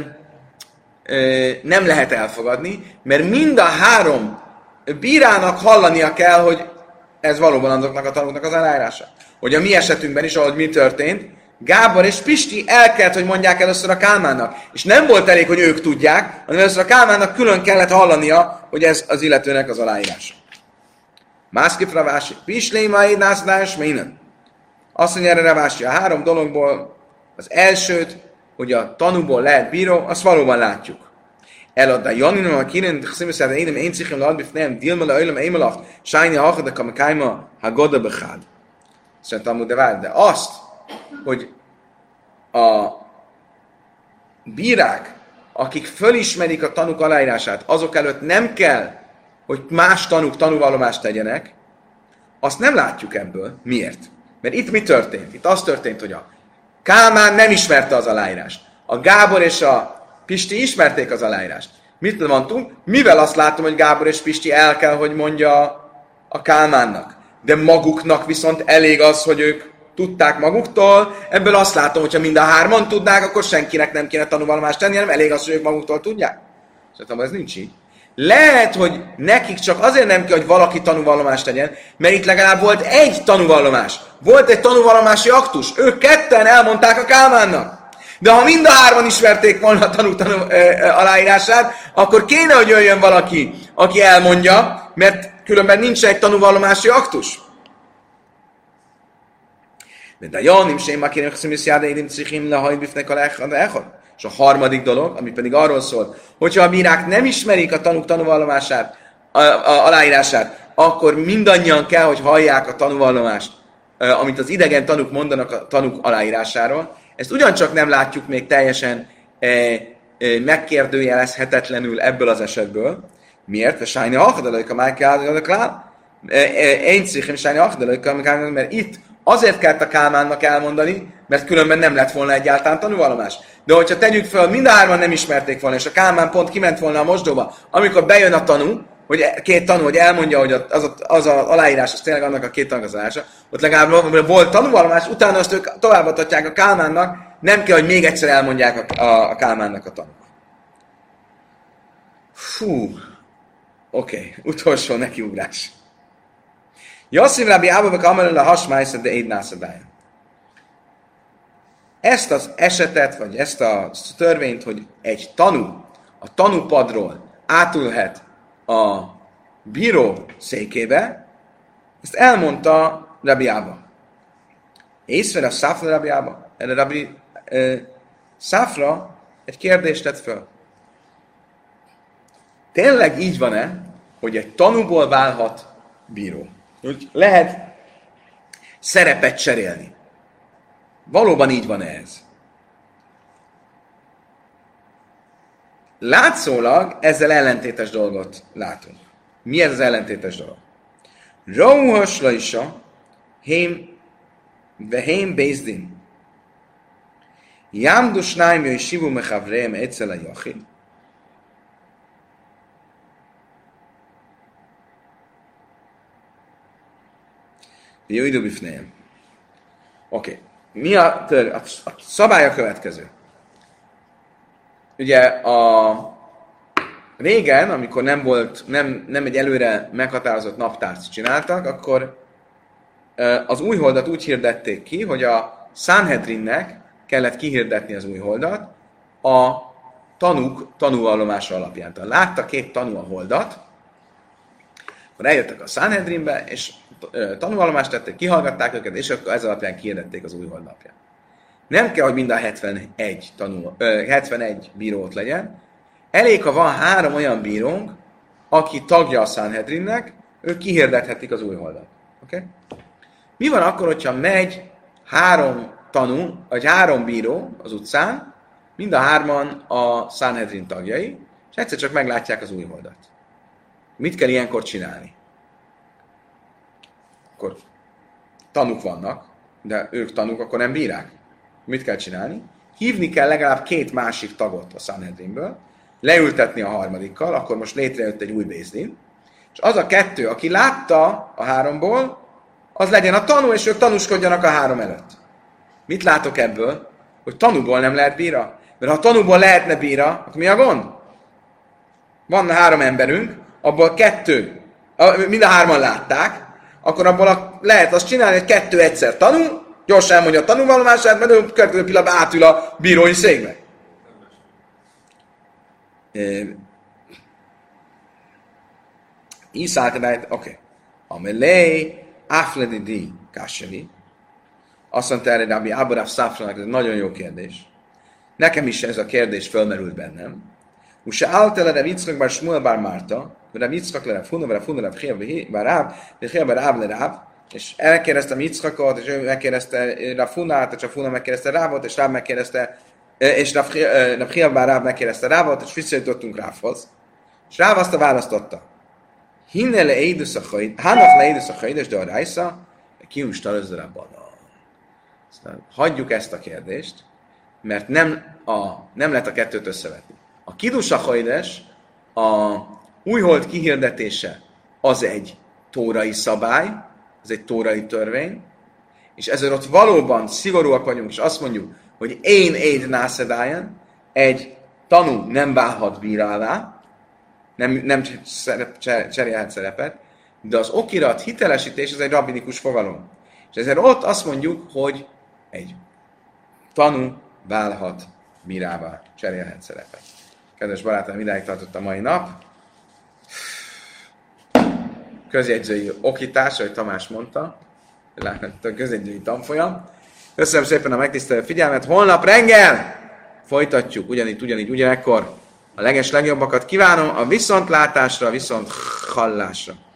nem lehet elfogadni, mert mind a 3 bírának hallania kell, hogy ez valóban azoknak a tanúknak az aláírása. Hogy a mi esetünkben is, ahogy mi történt, Gábor és Pisti el kellett, hogy mondják először a Kálmánnak. És nem volt elég, hogy ők tudják, hanem először a Kálmánnak külön kellett hallania, hogy ez az illetőnek az aláírása. Mászkép Ravási, Pisléma, Édnászadás, Ménen. Azt mondja erre Ravási, a 3 dologból az elsőt, hogy a tanúból lehet bíró, azt valóban látjuk. Elad a Janinom, a Kirin, Ximiszára Édem, én cichim lead bifneem, Dilmele, Öylem, Émelaft, Sájni, Hachadak, Amakaima, Hagoda, Bechad. Szerintem, de azt, hogy a bírák, akik fölismerik a tanúk aláírását, azok előtt nem kell, hogy más tanúk tanúvallomást tegyenek, azt nem látjuk ebből. Miért? Mert itt mi történt? Itt az történt, hogy a Kálmán nem ismerte az aláírást. A Gábor és a Pisti ismerték az aláírást. Mit mondtunk? Mivel azt látom, hogy Gábor és Pisti el kell, hogy mondja a Kálmánnak? de maguknak viszont elég az, hogy ők tudták maguktól. Ebből azt látom, hogyha mind a hárman tudnák, akkor senkinek nem kéne tanúvallomást tenni, hanem elég az, hogy ők maguktól tudják. Szerintem ez nincs így. Lehet, hogy nekik csak azért nem kell, hogy valaki tanúvallomást tegyen, mert itt legalább volt egy tanúvallomás. Volt egy tanúvallomási aktus. Ők ketten elmondták a Kálmánnak. De ha mind a hárman ismerték volna a tanú aláírását, akkor kéne, hogy jöjjön valaki, aki elmondja, mert különben nincs egy tanúvallomási aktus. De Janim Séma kérem, hogy Jádáidim Cichim lehajt bifnek a lechad. És a harmadik dolog, ami pedig arról szól, hogyha a bírák nem ismerik a tanúk tanúvallomását, aláírását, akkor mindannyian kell, hogy hallják a tanúvallomást, amit az idegen tanúk mondanak a tanúk aláírásáról. Ezt ugyancsak nem látjuk még teljesen megkérdőjelezhetetlenül ebből az esetből. Miért? A sájni akadalajka már kell, én cichim sájni akadalajka, mert itt azért kellett a Kálmánnak elmondani, mert különben nem lett volna egyáltalán tanúvallomás. De hogyha tegyük fel, mind a hárman nem ismerték volna, és a Kálmán pont kiment volna a mosdóba, amikor bejön a tanú, két tanú, hogy elmondja, hogy az aláírás, az tényleg annak a két tanúk az aláírása, ott legalább volt tanúvallomás, utána azt ők továbbadhatják a Kálmánnak, nem kell, hogy még egyszer elmondják a Kálmánnak a tanúk. Oké, utolsó nekiugrás. Jasszim Rabbi Ábabek Amelel a hasmájszed, de éd nászadája. Ezt az esetet, vagy ezt a törvényt, hogy egy tanú a tanúpadról átülhet a bíró székébe, ezt elmondta Rabbi Ába. Észre a Száfra Rabbi Ába. Erre Rabbi Száfra egy kérdést tett föl. Tényleg így van-e, hogy egy tanúból válhat bíró? Úgy lehet szerepet cserélni. Valóban így van ez. Látszólag ezzel ellentétes dolgot látunk. Mi ez az ellentétes dolog? Rauhas laisa, hém vehém bézdin. Jámdus nájmjai sivu mechavreem egyszer a jachid. Jó időbifnejem. Oké. Mi a szabály a következő? Ugye régen, amikor nem egy előre meghatározott naptárt csináltak, akkor az újholdat úgy hirdették ki, hogy a Sanhedrinnek kellett kihirdetni az újholdat a tanúk tanúvallomása alapján. Tehát látta két tanú a holdat, akkor eljöttek a Sanhedrinbe, és tanúvallomást tették, kihallgatták őket, és akkor ez alapján kihirdették az újhold napján. Nem kell, hogy mind a 71 bírót legyen. Elég, ha van 3 olyan bírónk, aki tagja a Sanhedrinnek, ők kihirdethetik az újholdat. Okay? Mi van akkor, hogyha megy 3 tanú, vagy 3 bíró az utcán, mind a 3-an a Sanhedrin tagjai, és egyszer csak meglátják az újholdat. Mit kell ilyenkor csinálni? Akkor tanúk vannak, de ők tanúk, akkor nem bírák. Mit kell csinálni? Hívni kell legalább 2 másik tagot a Sanhedrinből, leültetni a harmadikkal, akkor most létrejött egy új bézdin, és az a 2, aki látta a 3-ból, az legyen a tanú, és ők tanúskodjanak a 3 előtt. Mit látok ebből? Hogy tanúból nem lehet bíra. Mert ha tanúból lehetne bíra, akkor mi a gond? Van 3 emberünk, abból 2, mind a 3-an látták, akkor abból lehet azt csinálni, hogy 2 egyszer tanú, gyorsan elmondja a tanúvallomását, mert ő következő pillanatban átül a bírói székbe. Iszálkadájt, oké. Amelé, áfledidi, kásseli. Azt mondta erre, Rabbi Ába Száfrának, ez nagyon jó kérdés. Nekem is ez a kérdés fölmerült bennem. Usa általa Rav Yitzchak bar Shmuel bar Márta, Rav Yitzchak le Rav Huna, Rav Huna Rav Chia bar Ráv, Rav Chia bar Ráv le Ráv, és elkérdeztem Yitzchakot, és ő megkérdezte Rav Hunát, és Rav Huna megkérdezte Rávot, és Ráv megkérdezte, és Rav Chia bar Ráv megkérdezte Rávot, és visszajutottunk Rávhoz. És Ráv azt választotta. Hinne le Eidus a Chaid, Hánach le Eidus a Chaides, de a Rájsza, kiús talözze Rabbanan. Hagyjuk ezt a kérdést, mert nem lehet a kettőt összevetni. A Kidus a Chaides, a újhold kihirdetése az egy tórai szabály, ez egy tórai törvény, és ezért ott valóban szigorúak vagyunk, és azt mondjuk, hogy én éd nászedáján, egy tanú nem válhat bírálá, nem cserélhet szerepet, de az okirat hitelesítés, ez egy rabbinikus fogalom. És ezért ott azt mondjuk, hogy egy tanú válhat bírává, cserélhet szerepet. Kedves barátaim, idáig tartott a mai nap. Közjegyzői okítás, ahogy Tamás mondta, a közjegyzői tanfolyam. Köszönöm szépen a megtisztelő figyelmet. Holnap reggel folytatjuk, ugyanekkor a leges legjobbakat kívánom a viszontlátásra, viszont hallásra.